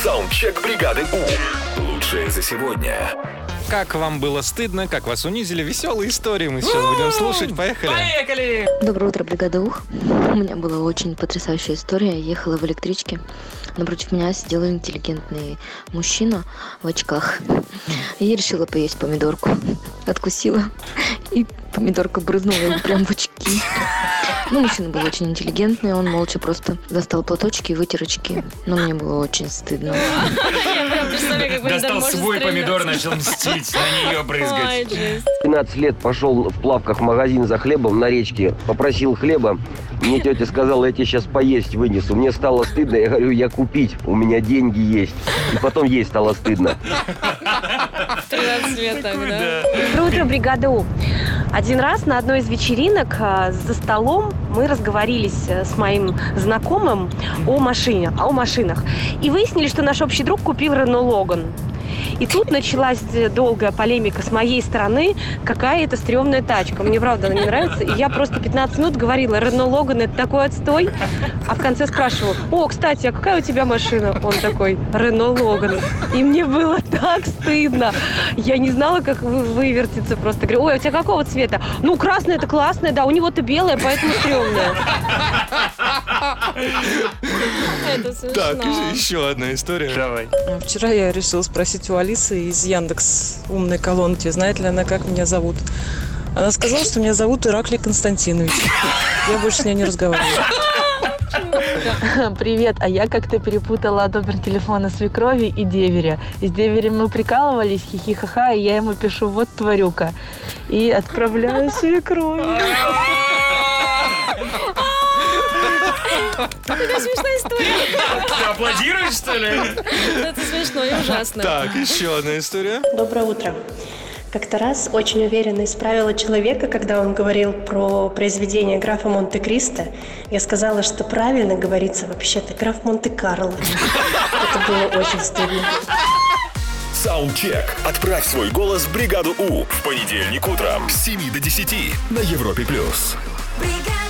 Саундчек бригады У. Лучшее за сегодня. Как вам было стыдно, как вас унизили? Веселые истории мы сейчас будем слушать. Поехали! Поехали! Доброе утро, бригада Ух. У меня была очень потрясающая история. Я ехала в электричке. Напротив меня сидел интеллигентный мужчина в очках. И я решила поесть помидорку. Откусила. И помидорка брызнула ему прям в очки. Ну, мужчина был очень интеллигентный. Он молча просто достал платочки и вытер очки. Но мне было очень стыдно. Я прям представляю, как помидор Достал может свой стрелять. помидор, начал мстить, на нее Ой, брызгать. жесть. 15 лет пошел в плавках в магазин за хлебом на речке, попросил хлеба. Мне тетя сказала, я тебе сейчас поесть вынесу. Мне стало стыдно, я говорю, я купить, у меня деньги есть. И потом ей стало стыдно. 13 лет так, да? Доброе утро, бригада У. Один раз на одной из вечеринок за столом мы разговорились с моим знакомым о машинах. И выяснили, что наш общий друг купил Рено Логан. И тут началась долгая полемика с моей стороны, какая это стрёмная тачка. Мне правда она не нравится. И я просто 15 минут говорила, Рено Логан это такой отстой. А в конце спрашивала, о, кстати, а какая у тебя машина? Он такой, Рено Логан. И мне было так стыдно. Я не знала, как вывертиться просто. Говорю, ой, а у тебя какого цвета? Ну, красная это классная, да, у него-то белая, поэтому стрёмная. Это смешно. Так, еще одна история. Давай. Вчера я решила спросить у Алисы из Яндекс умной колонки, знает ли она, как меня зовут. Она сказала, что меня зовут Ираклий Константинович. Я больше с ней не разговариваю. Привет, а я как-то перепутала номер телефона свекрови и деверя. И с деверем мы прикалывались, хихи-ха-ха, и я ему пишу, вот тварюка. И отправляю свекрови. Какая смешная история. Ты аплодируешь, что ли? Это смешно и ужасно. Так, еще одна история. Доброе утро. Как-то раз очень уверенно исправила человека, когда он говорил про произведение графа Монте-Кристо. Я сказала, что правильно говорится вообще-то граф Монте-Карло. Это было очень стыдно. Саундчек. Отправь свой голос в бригаду У. В понедельник утром с 7 до 10 на Европе+. Бригада!